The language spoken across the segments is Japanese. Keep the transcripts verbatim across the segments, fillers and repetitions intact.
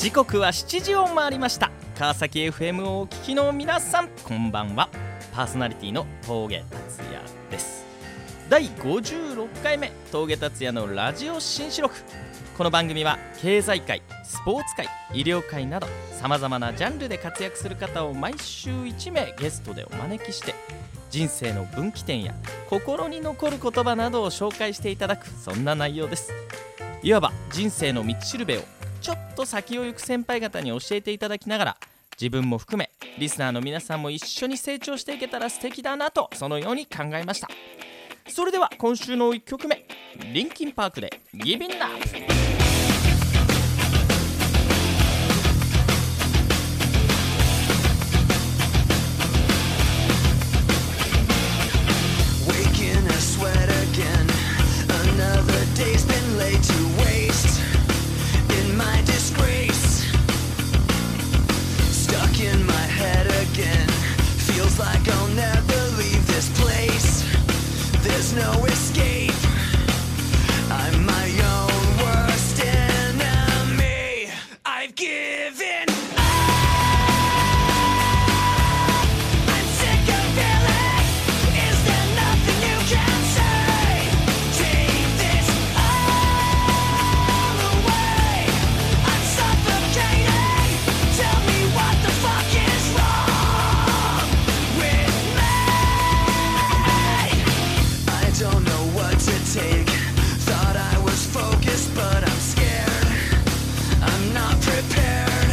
時刻はしちじを回りました。川崎 エフエム をお聞きの皆さん、こんばんは。パーソナリティの峠達也です。だいごじゅうろっかいめ峠達也のラジオ新四六。この番組は経済界、スポーツ界、医療界などさまざまなジャンルで活躍する方を毎週いちめいゲストでお招きして、人生の分岐点や心に残る言葉などを紹介していただく、そんな内容です。いわば人生の道しるべをちょっと先を行く先輩方に教えていただきながら、自分も含めリスナーの皆さんも一緒に成長していけたら素敵だなと、そのように考えました。それでは今週のいっきょくめ、リンキンパークでギビンナップ。 No escape. I'm my own worst enemy. I've given up. I'm sick of feeling. Is there nothing you can say? Take this all away. I'm suffocating. Tell me what the fuck is wrong with me. Don't know what to take. Thought I was focused, but I'm scared. I'm not prepared.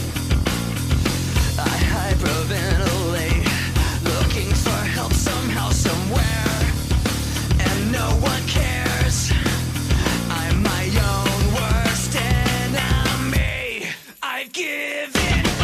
I hyperventilate, looking for help somehow, somewhere, and no one cares. I'm my own worst enemy. I've given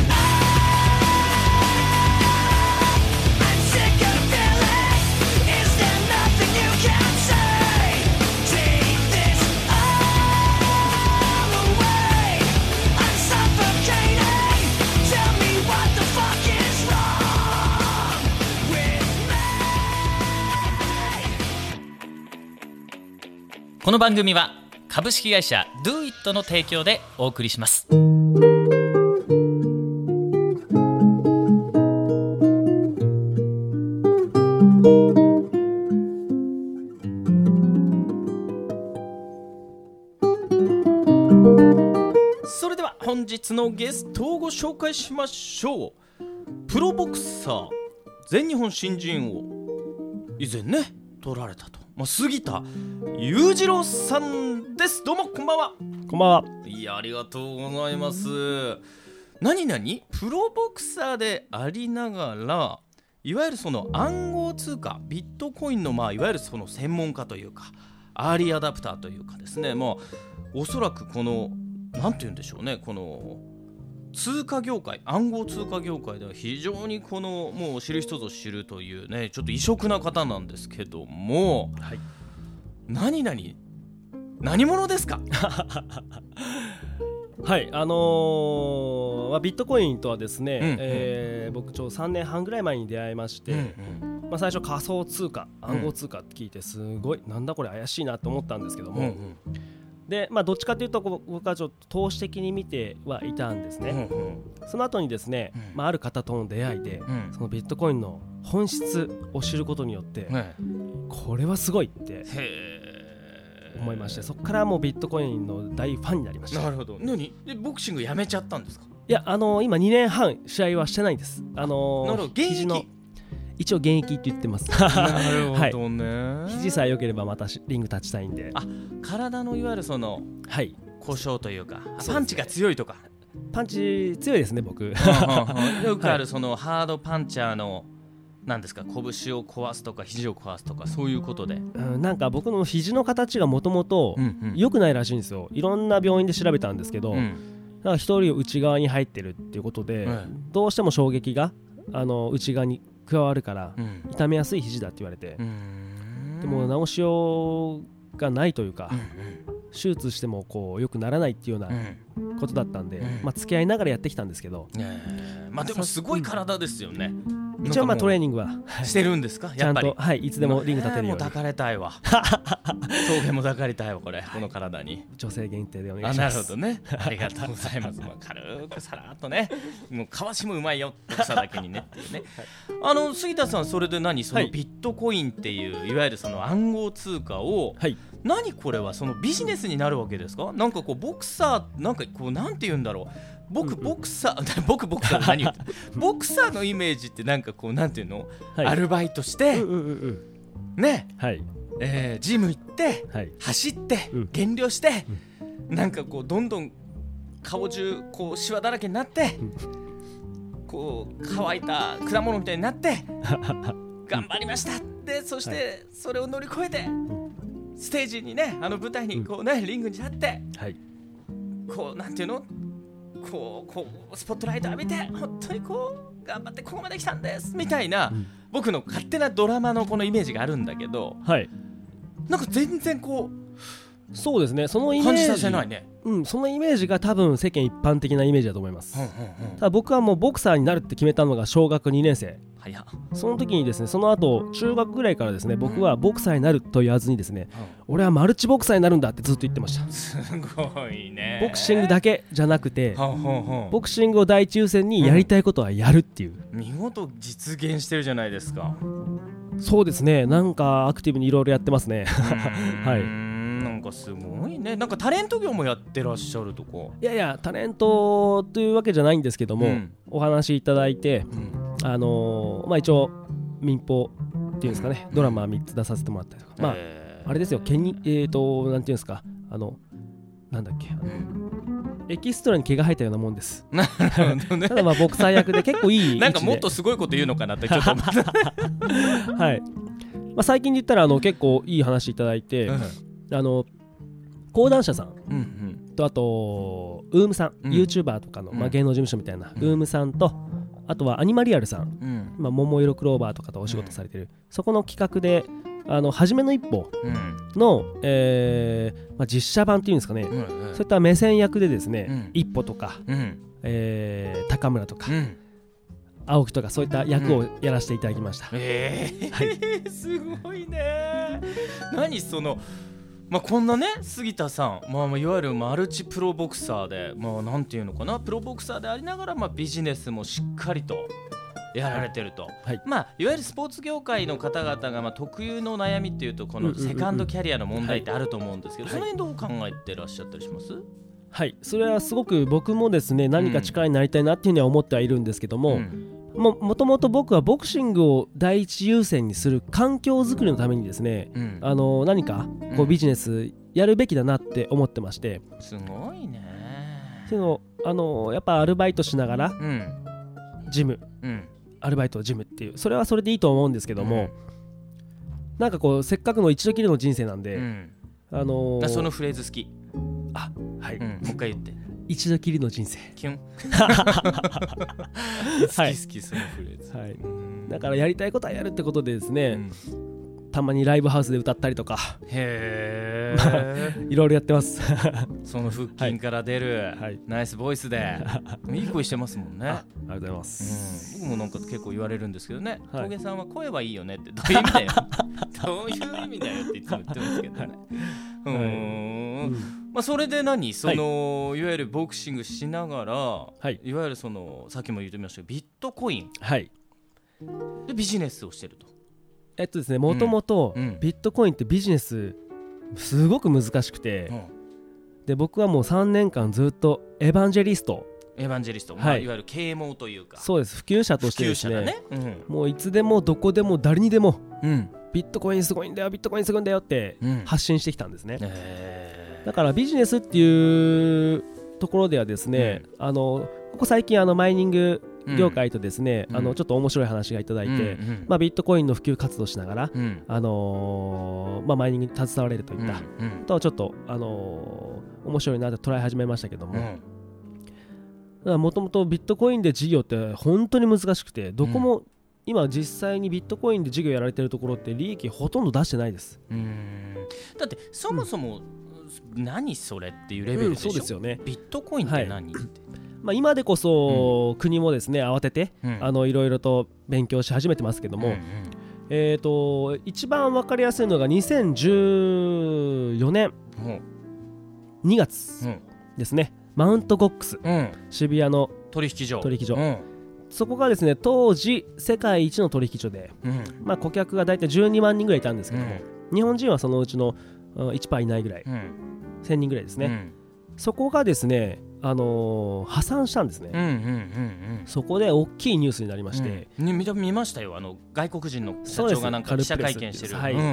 この番組は株式会社 Do It の提供でお送りします。それでは本日のゲストをご紹介しましょう。プロボクサー全日本新人王以前ね取られたと、まあ、杉田裕次郎さんです。どうもこんばんは。 こんばんは。 いや、ありがとうございます。何々プロボクサーでありながら、いわゆるその暗号通貨ビットコインの、まあいわゆるその専門家というかアーリーアダプターというかですね、もうおそらくこのなんて言うんでしょうね、この通貨業界、暗号通貨業界では非常にこのもう知る人ぞ知るというね、ちょっと異色な方なんですけども、はい、何々何者ですか？ はい、あのーまあ、ビットコインとはですね、うんうん、えー、僕ちょうどさんねんはんぐらい前に出会いまして、うんうん、まあ、最初仮想通貨、暗号通貨って聞いてすごい、うん、なんだこれ怪しいなと思ったんですけども、うんうん、で、まあ、どっちかというと僕はちょっと投資的に見てはいたんですね、うんうん、その後にですね、うん、まあ、ある方との出会いで、うん、そのビットコインの本質を知ることによって、うん、これはすごいって思いまして、そこからもうビットコインの大ファンになりました。 なるほど。何でボクシングやめちゃったんですか？ いや、あのー、今にねんはん試合はしてないんです。あのー、 なるほど。現役の一応現役って言ってます。 なるほどね、 はい、肘さえ良ければまたリング立ちたいんで。 あ、体のいわゆるその、はい、故障というかパンチが強いとか。 パンチ強いですね僕。よくあるそのハードパンチャーのなんですか、拳を壊すとか肘を壊すとかそういうことで、 うん、なんか僕の肘の形がもともと良くないらしいんですよ。いろんな病院で調べたんですけど、うん、なんか一人内側に入ってるっていうことで、うん、どうしても衝撃があの内側に加わるから、うん、痛めやすい肘だって言われて、うん、でも治しようがないというか、うんうん、手術してもこう良くならないっていうようなことだったんで、うん、まあ、付き合いながらやってきたんですけど、 えーまあ、でもすごい体ですよね。 一応まあトレーニングはしてるんですか？ ちゃんやっぱりとはいいつでもリング立てるようにもう抱かれたいわ峠も抱かれたいわこれ、この体に女性限定でお願あないしまするほどねありがとうございますまあ軽くさらっとねもうかわしもうまいよ草だけにねっていうねあの杉田さんそれで何そのはいビットコインっていういわゆるその暗号通貨をはい何これはそのビジネスになるわけですか？なんかこうボクサーなんかこうなんて言うんだろう僕ボクサー僕ボクサーで何言ってボクサーのイメージってなんかこうなんていうの、 はい、 アルバイトしてうんうんうんねはいえー、ジム行ってはい走ってうん減量してなんかこうどんどん顔中こうシワだらけになってこう乾いた果物みたいになって頑張りましたでそしてそれを乗り越えてステージにねあの舞台にこうねリングに立ってはいこうなんていうのこうこうスポットライト浴びて本当にこう頑張ってここまで来たんですみたいな、うん、僕の勝手なドラマのこのイメージがあるんだけど、はい、なんか全然こうそうですねそのイメージ感じさせないね、 うん、そのイメージが多分世間一般的なイメージだと思います、うんうんうん、ただ僕はもうボクサーになるって決めたのが小学にねん生早その時にですねその後中学ぐらいからですね僕はボクサーになると言わずにですね、うん、俺はマルチボクサーになるんだってずっと言ってましたすごいねボクシングだけじゃなくてボクシングを第一優先にやりたいことはやるっていう、 うん、見事実現してるじゃないですかそうですねなんかアクティブにいろいろやってますねはいなんかすごいねなんかタレント業もやってらっしゃるとかいやいやタレントというわけじゃないんですけども、うん、お話いただいて、うん、あのー、まあ一応民放っていうんですかね、うん、ドラマみっつ出させてもらったりとか、まああれですよ毛にえーとなんていうんですかあのなんだっけあの、うん、エキストラに毛が生えたようなもんですなるほどねただまあボクサー役で結構いい位置でなんかもっとすごいこと言うのかなってちょっと思ったはい、まあ、最近で言ったらあの結構いい話いただいて、うんあの講談社さん、うんうん、とあとウームさん、うん、YouTuber とかの、まあ、芸能事務所みたいな、うん、ウームさんとあとはアニマリアルさん、うんまあ、桃色クローバーとかとお仕事されてる、うん、そこの企画であの初めの一歩の、うんえーまあ、実写版っていうんですかね、うんうん、そういった目線役でですね、うん、一歩とか、うんえー、高村とか、うん青木とかそういった役をやらせていただきました、うん、 えーはい、すごいね何その、まあ、こんなね杉田さん、まあ、いわゆるマルチプロボクサーで、まあ、なんていうのかなプロボクサーでありながら、まあ、ビジネスもしっかりとやられてると、はいまあ、いわゆるスポーツ業界の方々が、まあ、特有の悩みっていうとこのセカンドキャリアの問題ってあると思うんですけど、その辺どう考えてらっしゃったりします？ はいそれはすごく僕もですね何か力になりたいなっていうには思ってはいるんですけども、うんも, もともと僕はボクシングを第一優先にする環境づくりのためにですね、うん、あの何かこうビジネスやるべきだなって思ってまして、 うん、すごいねそのあのやっぱアルバイトしながら、うん、ジム、うん、アルバイトジムっていうそれはそれでいいと思うんですけども、うん、なんかこうせっかくの一度きりの人生なんで、うんあのー、 そのフレーズ好きあはい、 うん、もう一回言って一度きりの人生キュン好き好きそのフレーズ、はい、 だからやりたいことはやるってことでですね、うん、たまにライブハウスで歌ったりとかへーいろいろやってますその腹筋から出る、はい、ナイスボイスでいい声してますもんね あ, ありがとうございます、 うん、僕もなんか結構言われるんですけどね峠、はい、さんは声はいいよねってどういう意味だよどういう意味だよっていつも言ってますけどねうーん、うんまあ、それで何その、はい、いわゆるボクシングしながら、はい、いわゆるそのさっきも言ってみましたけどビットコイン、はい、でビジネスをしてるとえっとですねもともとビットコインってビジネスすごく難しくて、うん、で僕はもうさんねんかんずっとエヴァンジェリストエヴァンジェリスト、はいまあ、いわゆる啓蒙というかそうです普及者としてですね、 ねうん、 もういつでもどこでも誰にでも、うん、ビットコインすごいんだよビットコインすごいんだよって発信してきたんですね、うんえーだからビジネスっていうところではですね、うん、あのここ最近あのマイニング業界とですね、うん、あのちょっと面白い話がいただいて、うんうんまあ、ビットコインの普及活動しながら、うんあのーまあ、マイニングに携われるといったことはちょっと、あのー、面白いなと捉え始めましたけどももともとビットコインで事業って本当に難しくてどこも、うん、今実際にビットコインで事業やられてるところって利益ほとんど出してないです。 うーんだってそもそも、うん何それっていうレベルでしょ、うん、そうですよね。ビットコインって何、はい、 まあ、今でこそ国もですね慌てて、 うん、 あのいろいろと勉強し始めてますけども、 うんうん、 えーと一番分かりやすいのがにせんじゅうよねんにがつですね、マウントゴックス、 うん、 渋谷の取引所取引所、 うん、 そこがですね当時世界一の取引所で、うん、まあ、顧客が大体じゅうにまんにんぐらいいたんですけども、うん、日本人はそのうちの いちパーセント いないぐらい、うん、せんにんぐらいですね、うん、そこがですね、あのー、破産したんですね、うんうんうんうん、そこで大きいニュースになりまして、 うん、見, 見ましたよ、あの外国人の社長がなんか記者会見してる、はい、うん、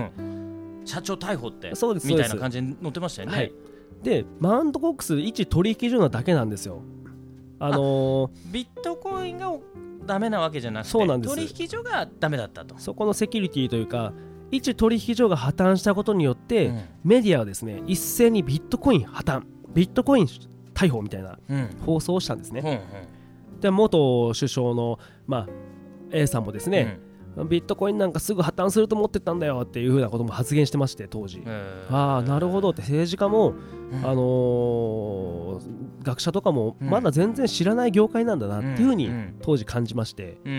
社長逮捕ってそうですみたいな感じに載ってましたよね、はい、 でマウントゴックス一取引所なだけなんですよ。あのー、 ビットコインがダメなわけじゃなくて、そうなんです、取引所がダメだったと。 そこのセキュリティというか、一取引所が破綻したことによって、うん、メディアはですね一斉にビットコイン破綻、ビットコイン逮捕みたいな放送をしたんですね、うんうんうん、で元首相の、まあ、A さんもですね、うん、ビットコインなんかすぐ破綻すると思ってたんだよっていうふうなことも発言してまして、当時、ああなるほどって、政治家も、うん、あのー、学者とかもまだ全然知らない業界なんだなっていうふうに当時感じまして、うんうん、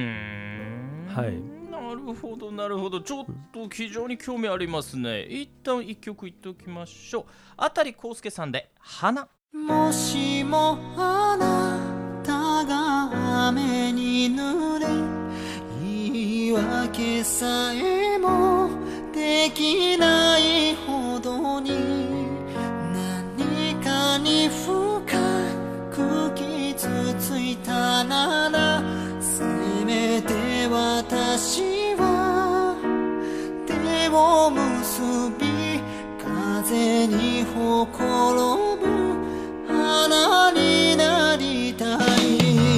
はい、 なるほどなるほど、ちょっと非常に興味ありますね。一旦一曲いっておきましょう。あたりこうすけさんで花。 もしもあなたが雨に濡れ、言い訳さえもできないほどに何かに深く傷ついたなら、せめて私は手を結び風にほころぶ花になりたい。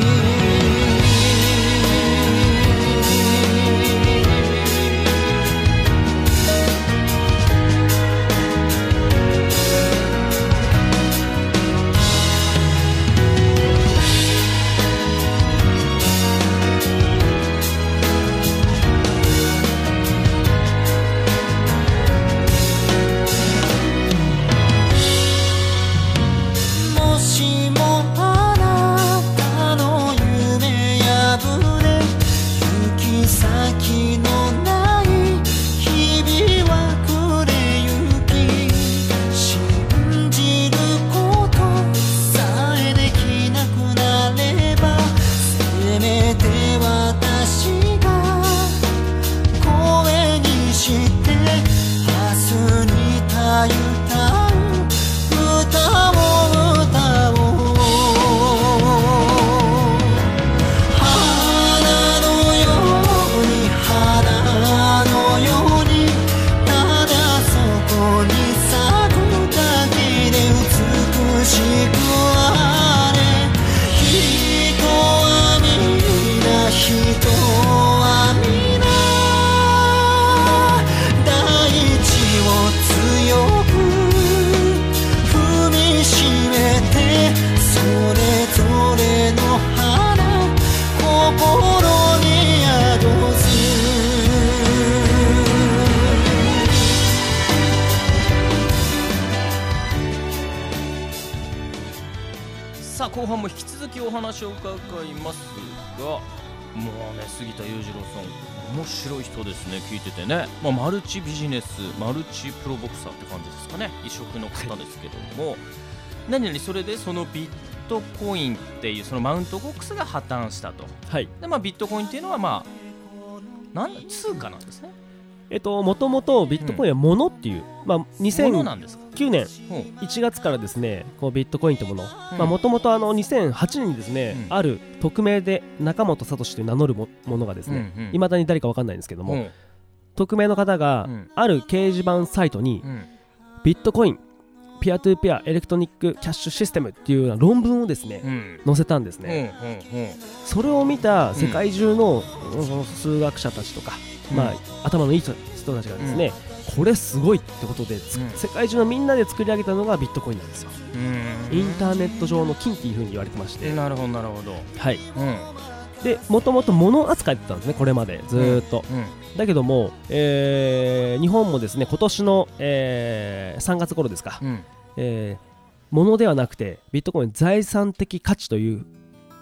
後半も引き続きお話を伺いますが、もうね杉田裕次郎さん面白い人ですね。聞いててね、まあ、マルチビジネスマルチプロボクサーって感じですかね。異色の方ですけども、はい、何々それでそのビットコインっていうそのマウントゴックスが破綻したと、はい、でまあ、ビットコインっていうのはまあなん通貨なんですね。 えっと、もともとビットコインはものっていう、うん、まあ、にせんきゅうねんいちがつからですね、こうビットコインってもの、もともとにせんはちねんにですね、うん、ある匿名で中本聡という名乗るものがですね、いま、うんうん、だに誰か分かんないんですけども、うん、匿名の方がある掲示板サイトに、うん、ビットコインピアトゥーピアエレクトニックキャッシュシステムっていうような論文をですね、うん、載せたんですね、うんうんうん、それを見た世界中の、うん、数学者たちとか、まあ、頭のいい人たちがですね、うん、これすごいってことで、うん、世界中のみんなで作り上げたのがビットコインなんですよ。インターネット上の金っていう風に言われてまして、 なるほどなるほど、 はい、うん、でもともと物扱いだったんですね、これまでずーっと、うんうん、だけども、えー、日本もですね今年の、えー、さんがつ頃ですか、うん、えー、物ではなくてビットコイン財産的価値という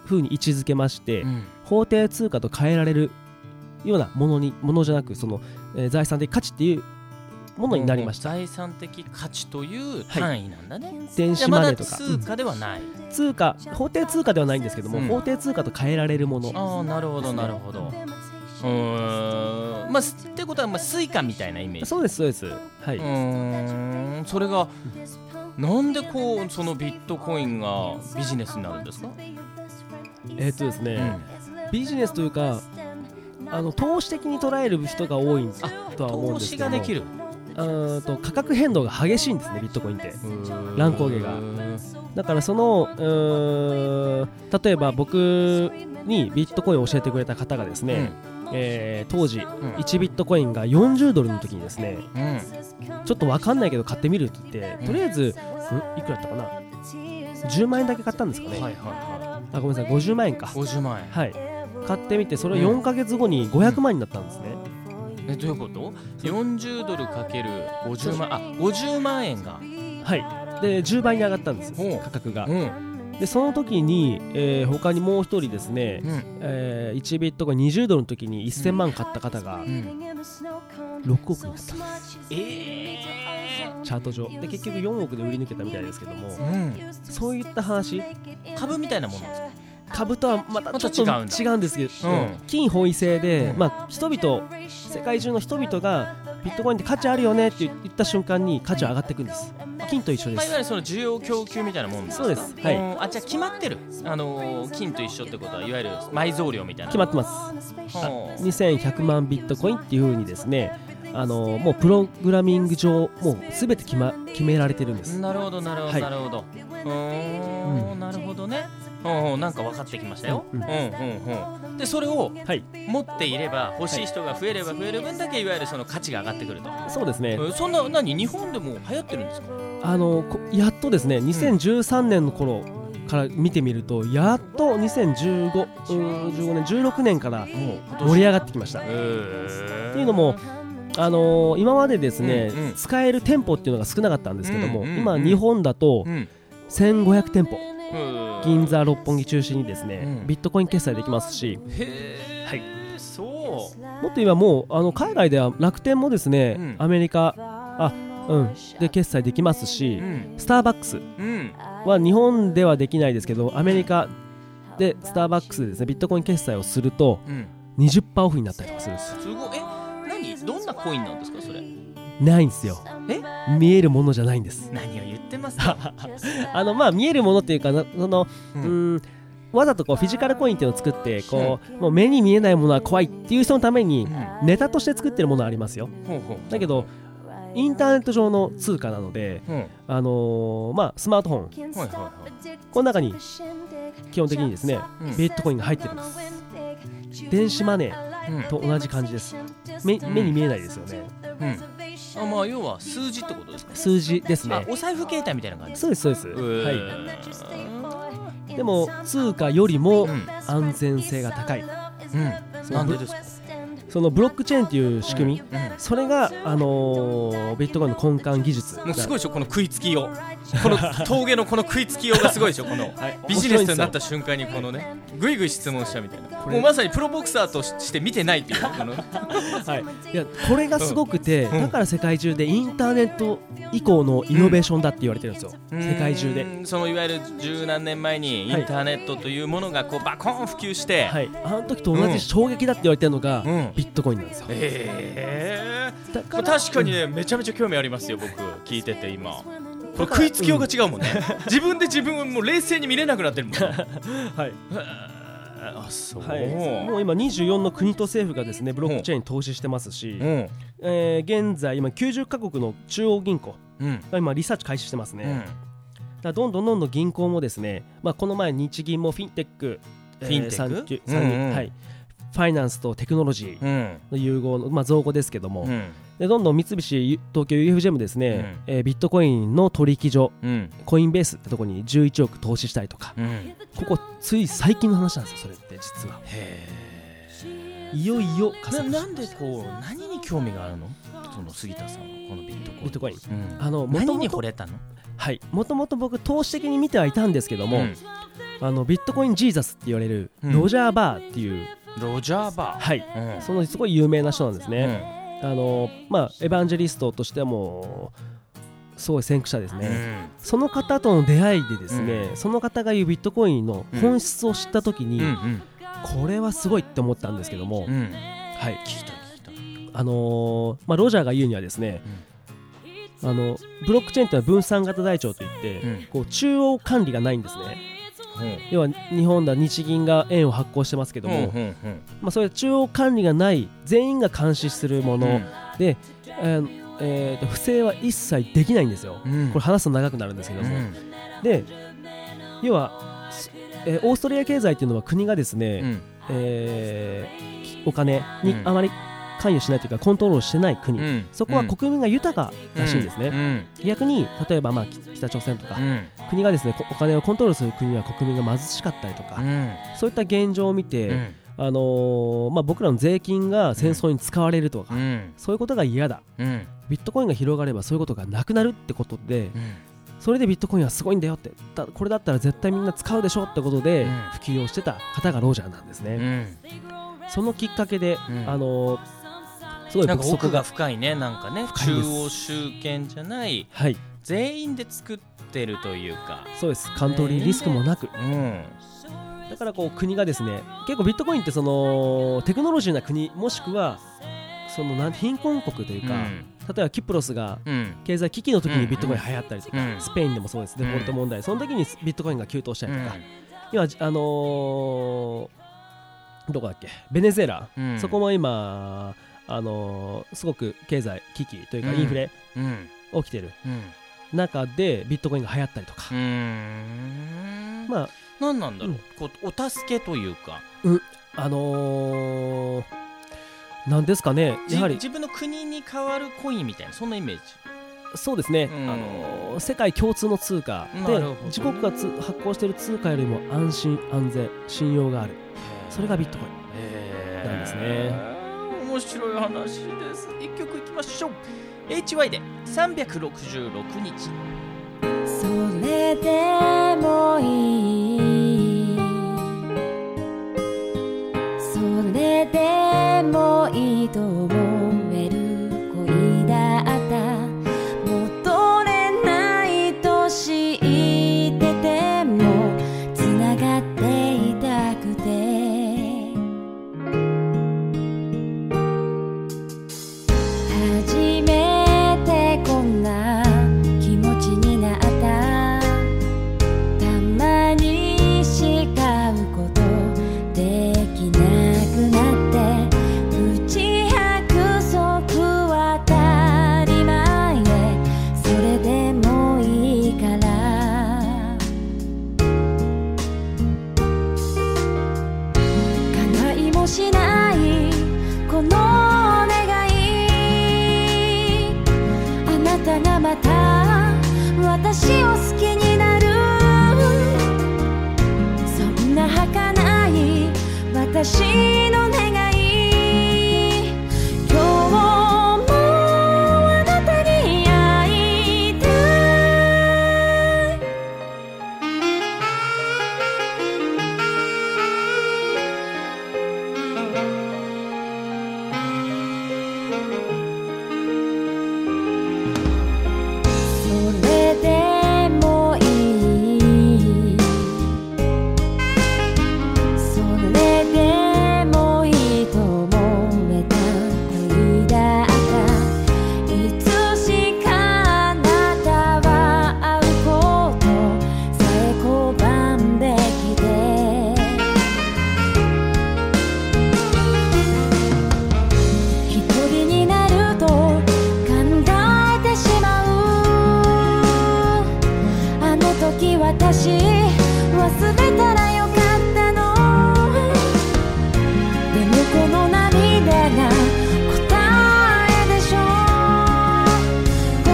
風に位置づけまして、 うん、 法定通貨と変えられるようなものにものじゃなくその、えー、財産的価値っていうものになりました。 財産的価値という単位なんだね、はい、 電子マネーとか、 まだ通貨ではない、 うん、通貨法定通貨ではないんですけども、うん、法定通貨と変えられるもの、 ああなるほどなるほど、うーんまあってことはまあスイカみたいなイメージ。 そうですそうです、はい、 うーんそれがなんでこうそのビットコインがビジネスになるんですか？ えーっとですね、うん、ビジネスというかあの投資的に捉える人が多いとは思うんですけども、投資ができる、あと価格変動が激しいんですねビットコインって。乱高下がだからそのうーん例えば僕にビットコインを教えてくれた方がですね、うんえー、当時、うん、いちビットコインがよんじゅうドルの時にですね、うん、ちょっと分かんないけど買ってみるって言って、うん、とりあえずんいくらだったかなじゅうまんえんだけ買ったんですかね、はいはいはい、あごめんなさいごじゅうまんえんかごじゅうまんえん、 はい、買ってみてそれをよんかげつごにごひゃくまんになったんですね、 うん、えどういうこと？よんじゅうドルかけるごじゅうまんあごじゅうまんえんがはいでじゅうばいに上がったんです価格が、 うんでその時に、えー、他にもう一人ですね、うんえー、いちビットがにじゅうドルの時にせんまん買った方がろくおくになったんです、 えー、 チャート上で結局よんおくで売り抜けたみたいですけども、うん、そういった話株みたいなものなんですか？ 株とはまたちょっと違うんですけど、うん、金本位制で、うんまあ、人々世界中の人々がビットコインって価値あるよねって言った瞬間に価値は上がっていくんです。金と一緒です、 まあ、いわゆるその需要供給みたいなもんですか？ そうです、はい、 あじゃあ決まってる、あのー、金と一緒ってことはいわゆる埋蔵量みたいな決まってます。にせんひゃくまんビットコインっていう風にですねあのー、もうプログラミング上もう全て決、ま、決められてるんです。 なるほどなるほど、はい、なるほどうーん、うん、なるほどね。うん、なんか分かってきましたよ、うんうんうんうん、でそれを持っていれば欲しい人が増えれば増える分だけいわゆるその価値が上がってくると。 そうですね、 うん、そんな何日本でも流行ってるんですか？ あのやっとですねにせんじゅうさんねんの頃から見てみると、うん、やっとにせんじゅうご、じゅうごねんじゅうろくねんから盛り上がってきました。っていうのもあのー、今までですね、うんうん、使える店舗っていうのが少なかったんですけども、うんうんうん、今日本だとせんごひゃくてんぽ、銀座六本木中心にですね、うん、ビットコイン決済できますし、 へー、はい、そうもっと言えばもうあの海外では楽天もですね、うん、アメリカあ、うん、で決済できますし、うん、スターバックスは日本ではできないですけどアメリカでスターバックスでですねビットコイン決済をすると、うん、にじゅっパーセント オフになったりとかするんです。 すごい。え、何どんなコインなんですかそれ？ ないんですよ。 え見えるものじゃないんです。 何を言ってますか？ あのまあ見えるものっていうかなその、うん、うーんわざとこうフィジカルコインっていうのを作ってこう、うん、もう目に見えないものは怖いっていう人のために、うん、ネタとして作ってるものはありますよ、うん、だけどインターネット上の通貨なので、うん、あのー、まあスマートフォン、はいはいはい、この中に基本的にですね、うん、ビットコインが入ってるんです。電子マネーと同じ感じです。目、目に見えないですよね、うんあまあ、要は数字ってことですか？ 数字ですね。 あお財布携帯みたいな感じ。 そうですそうです、はい、でも通貨よりも安全性が高い、うん、 なんでですか？ そのブロックチェーンっていう仕組み、うんうん、それが、あのー、ビットコインの根幹技術。 もうすごいでしょこの食いつきようこの峠のこの食いつきようがすごいでしょこの、はい、ビジネスになった瞬間にこのねぐいぐい質問したみたいな、もうまさにプロボクサーとして見てないっていうこの、 はい、いやこれがすごくて、うん、だから世界中でインターネット以降のイノベーションだって言われてるんですよ、うん、世界中で。 そのいわゆる十何年前にインターネットというものがこうバコーン普及して、 はい、あの時と同じ衝撃だって言われてるのが、うん、ビットコインなんですよ。 えー、だから確かにね、うん、めちゃめちゃ興味ありますよ僕聞いてて今。これ食いつきようが違うもんね、うん、自分で自分をもう冷静に見れなくなってるもんはいあそう、 はい、もう今にじゅうよんの国と政府がですねブロックチェーンに投資してますし、うんえー、現在今きゅうじゅっかこくの中央銀行が今リサーチ開始してますね、うん、だからどんどんどんどん銀行もですね、まあ、この前日銀もフィンテックフィンテック、 えーうんうんはい、ファイナンスとテクノロジーの融合の、まあ、造語ですけども、うん、でどんどん三菱東京 ユーエフジェー もですね、うんえー、ビットコインの取引所、うん、コインベースってところにじゅういちおく投資したりとか、うん、ここつい最近の話なんですよそれって実は。へーいよいよな, なんでこう何に興味があるのその杉田さんはこのビットコイン。 ビットコイン、 うん、あの何に惚れたの？ はいもともと僕投資的に見てはいたんですけども、うん、 あのビットコインジーザスって言われるロジャー・バーっていう、 うん、ロジャー・バー、 はい、うん、そのすごい有名な人なんですね、うん、あのまあエヴァンジェリストとしてはもうすごい先駆者ですね、うん、その方との出会いでですね、うん、その方が言うビットコインの本質を知った時に、うんうん、これはすごいって思ったんですけども、うん、はい、聞いた聞いた、あのーまあ、ロジャーが言うにはですね、うん、あのブロックチェーンというのは分散型台帳といって、うん、こう中央管理がないんですね、うん、要は日本では日銀が円を発行してますけども、うんうんうん、まあ、それは中央管理がない全員が監視するもの、うん、で、えーえー、と不正は一切できないんですよ、うん、これ話すと長くなるんですけども、うん、で要は、えー、オーストラリア経済っていうのは国がですね、うん、えー、お金にあまり関与しないというかコントロールしてない国、うん、そこは国民が豊からしいんですね、うんうん、逆に例えばまあ北朝鮮とか、うん、国がですねお金をコントロールする国は国民が貧しかったりとか、うん、そういった現状を見て、うん、あのーまあ、僕らの税金が戦争に使われるとか、うん、そういうことが嫌だ、うん、ビットコインが広がればそういうことがなくなるってことで、うん、それでビットコインはすごいんだよってだこれだったら絶対みんな使うでしょってことで普及をしてた方がロジャーなんですね、うん、そのきっかけで、うん、あのー、すごいなんか奥が深いね、なんかね、中央集権じゃない、はい、全員で作ってるというか、 そうです、カントリーリスクもなく、うん、だからこう国がですね、結構ビットコインってそのテクノロジーな国もしくはそのなん貧困国というか、うん、例えばキプロスが経済危機の時にビットコイン流行ったりとか、うん、スペインでもそうです、デフォルト問題、その時にビットコインが急騰したりとか、うん、今あのー、どこだっけ、ベネズエラ、うん、そこも今あのー、すごく経済危機というかインフレ、うん、起きてる、うん、中でビットコインが流行ったりとか、うーん、まあ何なんだろう、うん、こうお助けというか、 うん、あのー、なんですかね、やはり自分の国に代わるコインみたいな、そんなイメージ。 そうですね、うん、あのー、世界共通の通貨で自国がつ発行している通貨よりも安心安全信用がある、それがビットコインなんですね。 面白い話です。一曲いきましょう。 エイチワイ でさんびゃくろくじゅうろくにち。 それでもいい、それでもいいと思える恋だった、戻れないと知ってても繋がっていたくて、初めてこんな気持ちになった、たまにしか会うことできなくなって、プチ約束は当たり前、それでもいいから、叶いもしないこの願い、あなたがまた私を好きになる、そんな儚い私の願い、今日もあなたに会いたい。それでもいい、それでもいいと思えた恋だった、いつしかあなたは会うことさえ拒んできて、一人になると考えてしまう、あの時私忘れたらよかったの、でもこの涙が答えでしょう、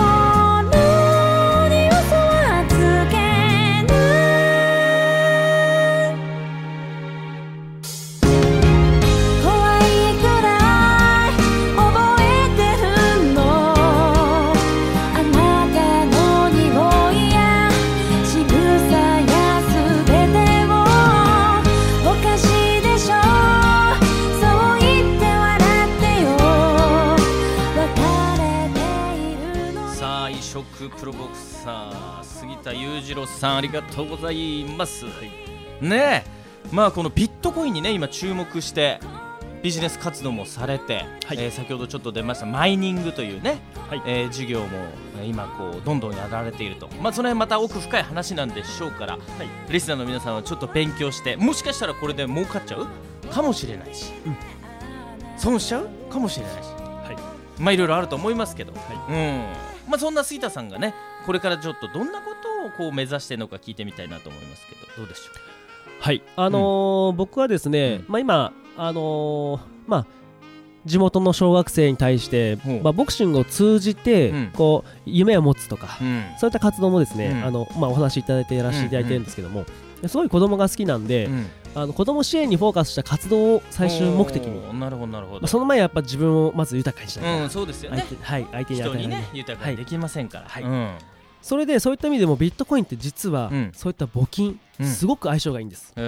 心に嘘はつけない、怖いくらい覚えてるの、あなたの匂いや仕草やすべ杉田裕次郎さんありがとうございます、はい、ねえ、まあこのビットコインにね今注目してビジネス活動もされて、はい、えー、先ほどちょっと出ましたマイニングというね、はい、えー、授業も今こうどんどんやられていると、まあ、その辺また奥深い話なんでしょうから、はい、リスナーの皆さんはちょっと勉強してもしかしたらこれで儲かっちゃうかもしれないし、うん、損しちゃうかもしれないし、はい、まあいろいろあると思いますけど、はい、うん、まあ、そんな杉田さんがねこれからちょっとどんなことをこう目指しているのか聞いてみたいなと思いますけどどうでしょう。 はい、あのーうん、僕はですね、うん、まあ、今あのー、まあ地元の小学生に対して、まあ、ボクシングを通じて、うん、こう夢を持つとか、うん、そういった活動もですね、うん、あのまあ、お話しいただいてやらせていただいてるんですけども、うんうん、すごい子供が好きなんで、うん、あの子供支援にフォーカスした活動を最終目的に、 なるほどなるほど、 まあ、その前やっぱ自分をまず豊かにしなきゃ、 うん、そうですよね、 相手、はい、相手に与えられる人にね豊かにできませんから、はい、 はい、 うん、 それでそういった意味でもビットコインって実は、うん、そういった募金、うん、すごく相性がいいんです、うん、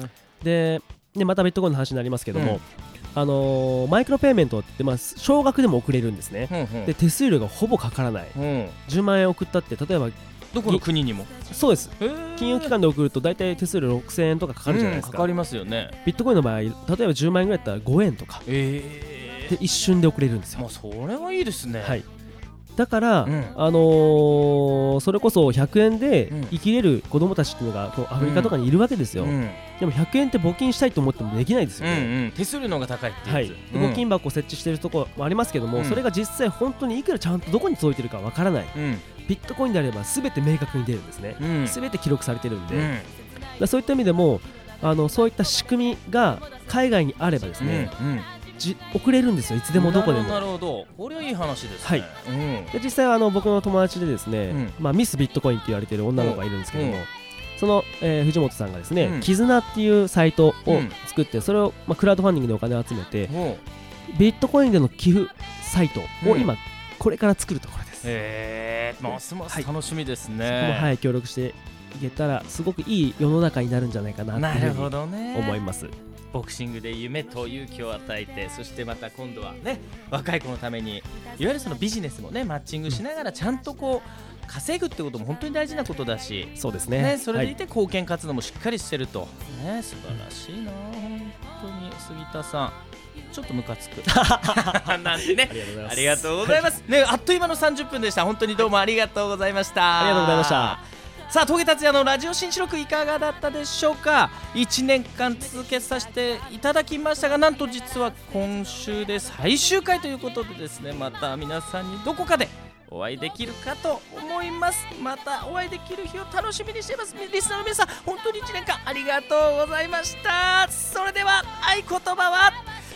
で, でまたビットコインの話になりますけども、うん、あのー、マイクロペイメントって、まあ、少額でも送れるんですね、うんうん、で手数料がほぼかからない、うん、じゅうまんえん送ったって例えばどこの国にもそうです、金融機関で送ると大体手数料ろくせんえんとかかかるじゃないですか、うん、 かかりますよね。 ビットコインの場合例えばじゅうまんえんぐらいだったらごえんとか、えー、で一瞬で送れるんですよ。 まあ、それはいいですね、 はい、だから、うん、あのー、それこそひゃくえんで生きれる子どもたちっていうのがこうアフリカとかにいるわけですよ、うん、でもひゃくえんって募金したいと思ってもできないですよね、うんうん、 手数料の方が高いっていうやつ、 はい、で募金箱を設置しているところもありますけども、うん、それが実際本当にいくらちゃんとどこに届いてるかわからない、うん、ビットコインであれば全て明確に出るんですね、うん、全て記録されてるんで、うん、だそういった意味でもあのそういった仕組みが海外にあればですね、うんうん、じ送れるんですよ、いつでもどこでも。 なるほど、これはいい話ですね、 はい、うん、で実際はあの僕の友達でですね、うん、まあ、ミスビットコインって言われている女の子がいるんですけども、うん、その、えー、藤本さんがですね、うん、絆っていうサイトを作って、それを、まあ、クラウドファンディングでお金を集めて、うん、ビットコインでの寄付サイトを今、うん、これから作るところです。 へー、ますます楽しみですね、はい、 そこも、はい、協力していけたらすごくいい世の中になるんじゃないかなというふうに思います。 ボクシングで夢と勇気を与えて、そしてまた今度はね若い子のためにいわゆるそのビジネスもねマッチングしながらちゃんとこう稼ぐってことも本当に大事なことだし、 そうですね、 ね、それでいて貢献活動もしっかりしてると、ね、素晴らしいな本当に。杉田さんちょっとムカつくなんてねありがとうございます、はい、ね、あっという間のさんじゅっぷんでした。本当にどうもありがとうございました。 ありがとうございました。 さあ、峠達也のラジオ新四六いかがだったでしょうか。いちねんかん続けさせていただきましたが、なんと実は今週で最終回ということでですね、また皆さんにどこかでお会いできるかと思います。またお会いできる日を楽しみにしています。リスナーの皆さん本当にいちねんかんありがとうございました。それでは合言葉は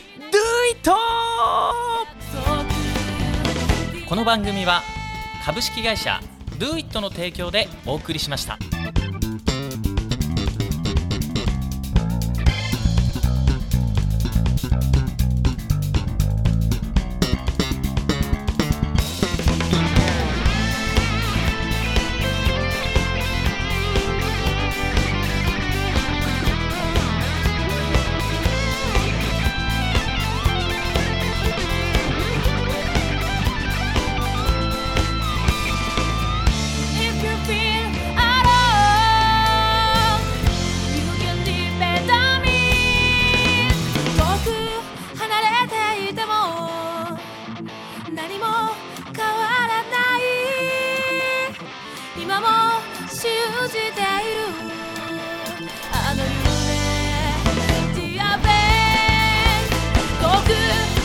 Do it! この番組は株式会社Do it の提供でお送りしました。今も信じているあの夢 Dear babe 遠く